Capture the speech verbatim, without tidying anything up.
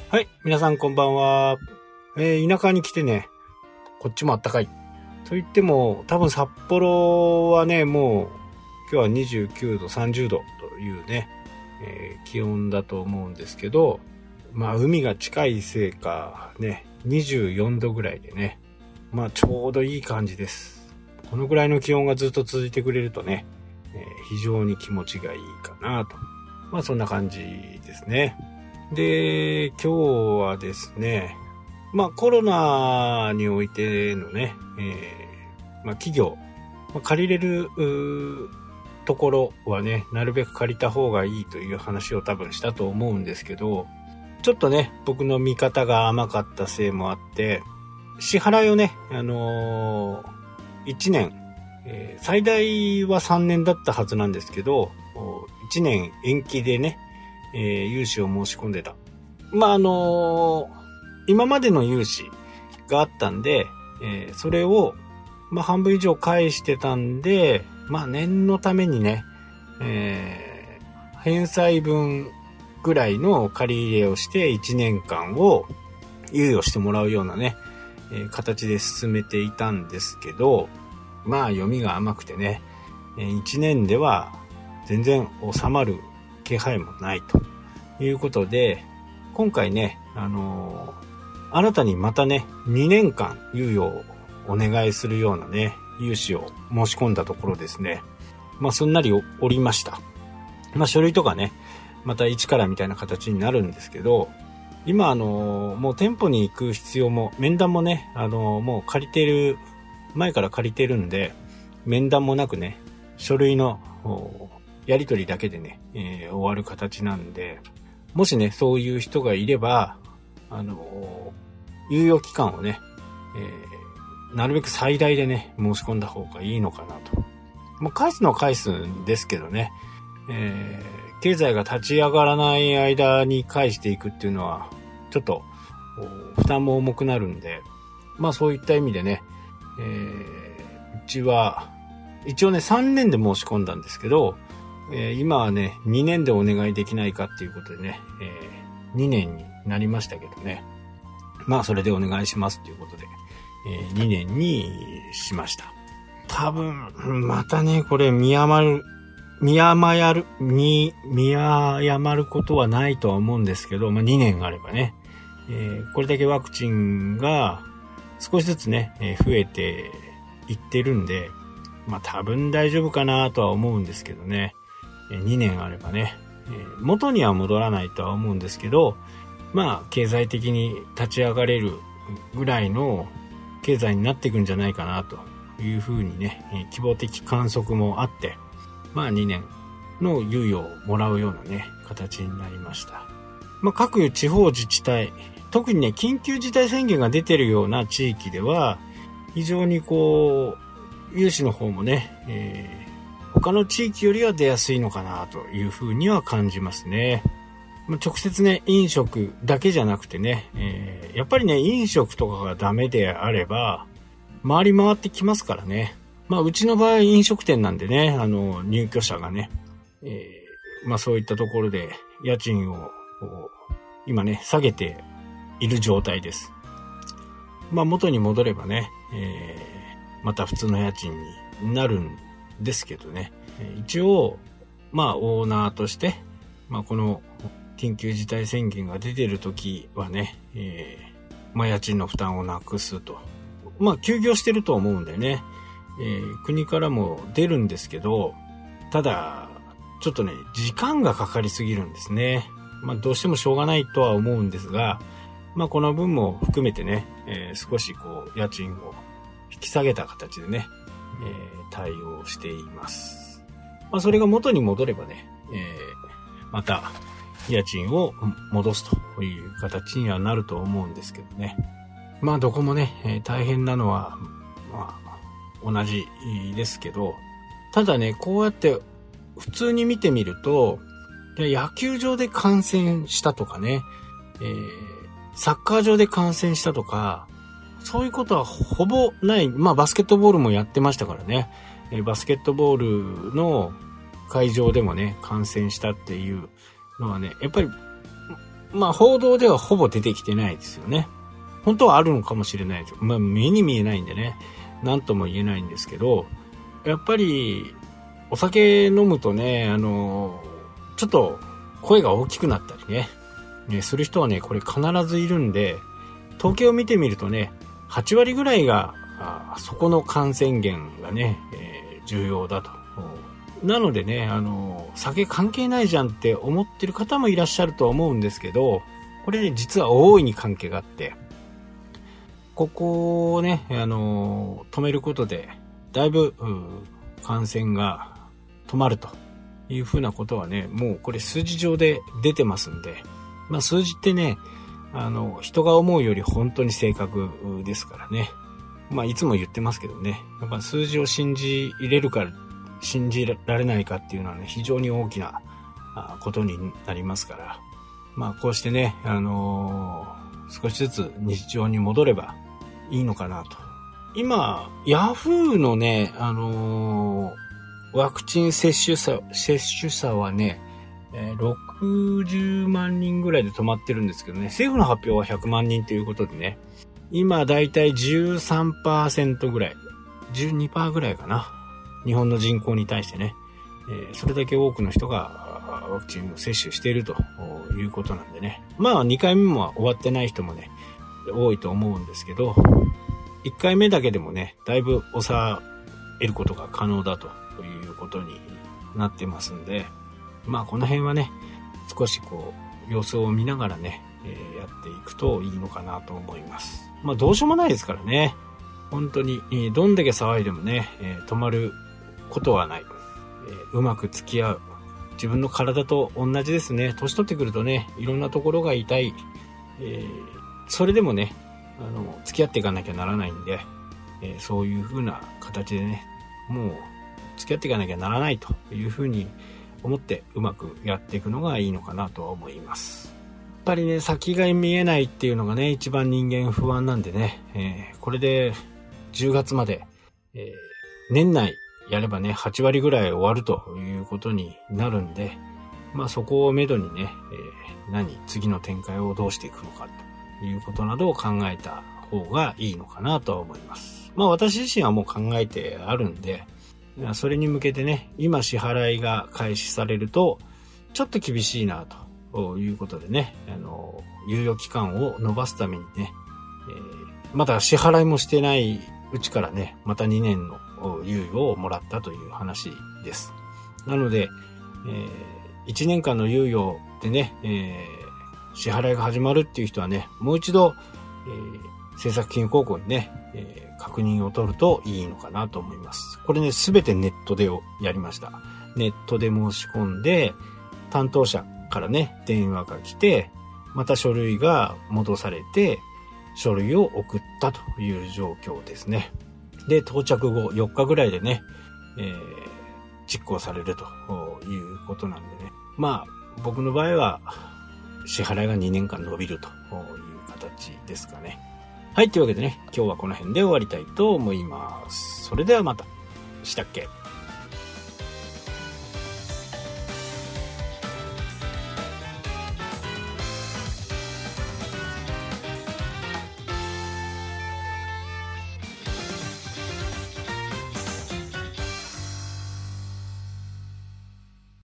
はい、皆さんこんばんは。えー、田舎に来てね、こっちもあったかい。と言っても、多分札幌はね、もう今日はにじゅうきゅうど、さんじゅうどというね、えー、気温だと思うんですけど、まあ海が近いせいかね、にじゅうよんどぐらいでね、まあちょうどいい感じです。このぐらいの気温がずっと続いてくれるとね、えー、非常に気持ちがいいかなと。まあそんな感じですね。で、今日はですね、まあコロナにおいてのね、えー、まあ企業、まあ、借りれるところはね、なるべく借りた方がいいという話を多分したと思うんですけど、ちょっとね、僕の見方が甘かったせいもあって、支払いをね、あのー、いちねん、えー、最大はさんねんだったはずなんですけど、いちねん延期でね、えー、融資を申し込んでた。まあ、あのー、今までの融資があったんで、えー、それを、まあ、半分以上返してたんで、まあ、念のためにね、えー、返済分ぐらいの借り入れをしていちねんかんを猶予してもらうようなね、えー、形で進めていたんですけど、まあ、読みが甘くてね、いちねんでは全然収まる気配もないということで、今回ね、あのー、新たにまたね、にねんかん猶予をお願いするようなね、融資を申し込んだところですね、まあすんなりおりました。まあ書類とかね、また一からみたいな形になるんですけど、今あのー、もう店舗に行く必要も、面談もね、あのー、もう借りてる、前から借りてるんで、面談もなくね、書類のやり取りだけでね、えー、終わる形なんで、もしね、そういう人がいれば、あのー、猶予期間をね、えー、なるべく最大でね、申し込んだ方がいいのかなと。まあ、返すのは返すんですけどね、えー、経済が立ち上がらない間に返していくっていうのは、ちょっと、負担も重くなるんで、まあそういった意味でね、えー、うちは、一応ね、さんねんで申し込んだんですけど、えー、今はね、にねんでお願いできないかっていうことでね、えー、にねんになりましたけどね。まあ、それでお願いしますっていうことで、えー、にねんにしました。多分、またね、これ見余る、見誤る、見、見誤ることはないとは思うんですけど、まあにねんあればね、えー、これだけワクチンが少しずつね、えー、増えていってるんで、まあ多分大丈夫かなとは思うんですけどね。にねんあればね、元には戻らないとは思うんですけど、まあ経済的に立ち上がれるぐらいの経済になっていくんじゃないかなというふうにね、希望的観測もあって、まあにねんの猶予をもらうようなね、形になりました。まあ各地方自治体、特にね、緊急事態宣言が出てるような地域では、非常にこう、融資の方もね、えー他の地域よりは出やすいのかなというふうには感じますね。直接ね、飲食だけじゃなくてね、えー、やっぱりね、飲食とかがダメであれば、回り回ってきますからね。まあ、うちの場合飲食店なんでね、あの、入居者がね、えー、まあそういったところで家賃を今ね、下げている状態です。まあ元に戻ればね、えー、また普通の家賃になるんですけどね、一応まあオーナーとして、まあ、この緊急事態宣言が出てる時はね、えー、まあ家賃の負担をなくすと、まあ休業してると思うんでね、えー、国からも出るんですけど、ただちょっとね時間がかかりすぎるんですね。まあどうしてもしょうがないとは思うんですが、まあこの分も含めてね、えー、少しこう家賃を引き下げた形でね、えー、対応しています。まあそれが元に戻ればね、えー、また家賃を戻すという形にはなると思うんですけどね。まあどこもね、えー、大変なのはまあ同じですけど、ただねこうやって普通に見てみると、野球場で感染したとかね、えー、サッカー場で感染したとか、そういうことはほぼない。まあバスケットボールもやってましたからね。バスケットボールの会場でもね、感染したっていうのはね、やっぱりまあ報道ではほぼ出てきてないですよね。本当はあるのかもしれないです。まあ目に見えないんでね、なんとも言えないんですけど、やっぱりお酒飲むとね、あのちょっと声が大きくなったりね、ねする人はね、これ必ずいるんで、統計を見てみるとね、はちわりぐらいがあそこの感染源がね、えー、重要だと。なのでね、あの酒関係ないじゃんって思ってる方もいらっしゃるとは思うんですけど、これ、ね、実は大いに関係があって、ここをね、あの止めることでだいぶ感染が止まるというふうなことはね、もうこれ数字上で出てますんで、まあ数字ってね、あの人が思うより本当に正確ですからね。まあいつも言ってますけどね、やっぱ数字を信じ入れるか信じられないかっていうのはね、非常に大きなことになりますから、まあこうしてね、あのー、少しずつ日常に戻ればいいのかなと。今ヤフーのね、あのー、ワクチン接種者接種者はね、えー、ろくじゅうまんにんぐらいで止まってるんですけどね、政府の発表はひゃくまんにんということでね、今だいたい じゅうさんパーセント ぐらい じゅうにパーセント ぐらいかな、日本の人口に対してね、えー、それだけ多くの人がワクチンを接種しているということなんでね、まあにかいめも終わってない人もね多いと思うんですけど、いっかいめだけでもねだいぶ抑えることが可能だということになってますんで、まあこの辺はね少しこう様子を見ながらね、えー、やっていくといいのかなと思います。まあどうしようもないですからね、本当に、えー、どんだけ騒いでもね、えー、止まることはない、えー、うまく付き合う、自分の体と同じですね。年取ってくるとね、いろんなところが痛い、えー、それでもねあの付き合っていかなきゃならないんで、えー、そういう風な形でね、もう付き合っていかなきゃならないという風に思ってうまくやっていくのがいいのかなとは思います。やっぱりね、先が見えないっていうのがね一番人間不安なんでね、えー、これでじゅうがつまで、えー、年内やればねはちわりぐらい終わるということになるんで、まあそこをめどにね、えー、何次の展開をどうしていくのかということなどを考えた方がいいのかなとは思います。まあ私自身はもう考えてあるんで、それに向けてね、今支払いが開始されるとちょっと厳しいなということでね、あの猶予期間を延ばすためにね、えー、まだ支払いもしてないうちからね、またにねんの猶予をもらったという話です。なので、えー、いちねんかんの猶予でね、えー、支払いが始まるっていう人はね、もう一度、えー、政策金融公庫にね、えー、確認を取るといいのかなと思います。これね、すべてネットでやりました。ネットで申し込んで、担当者からね、電話が来て、また書類が戻されて、書類を送ったという状況ですね。で、到着後よっかぐらいでね、えー、実行されるということなんでね。まあ、僕の場合は、支払いがにねんかん伸びるという形ですかね。はい、というわけでね、今日はこの辺で終わりたいと思います。それではまた。したっけ？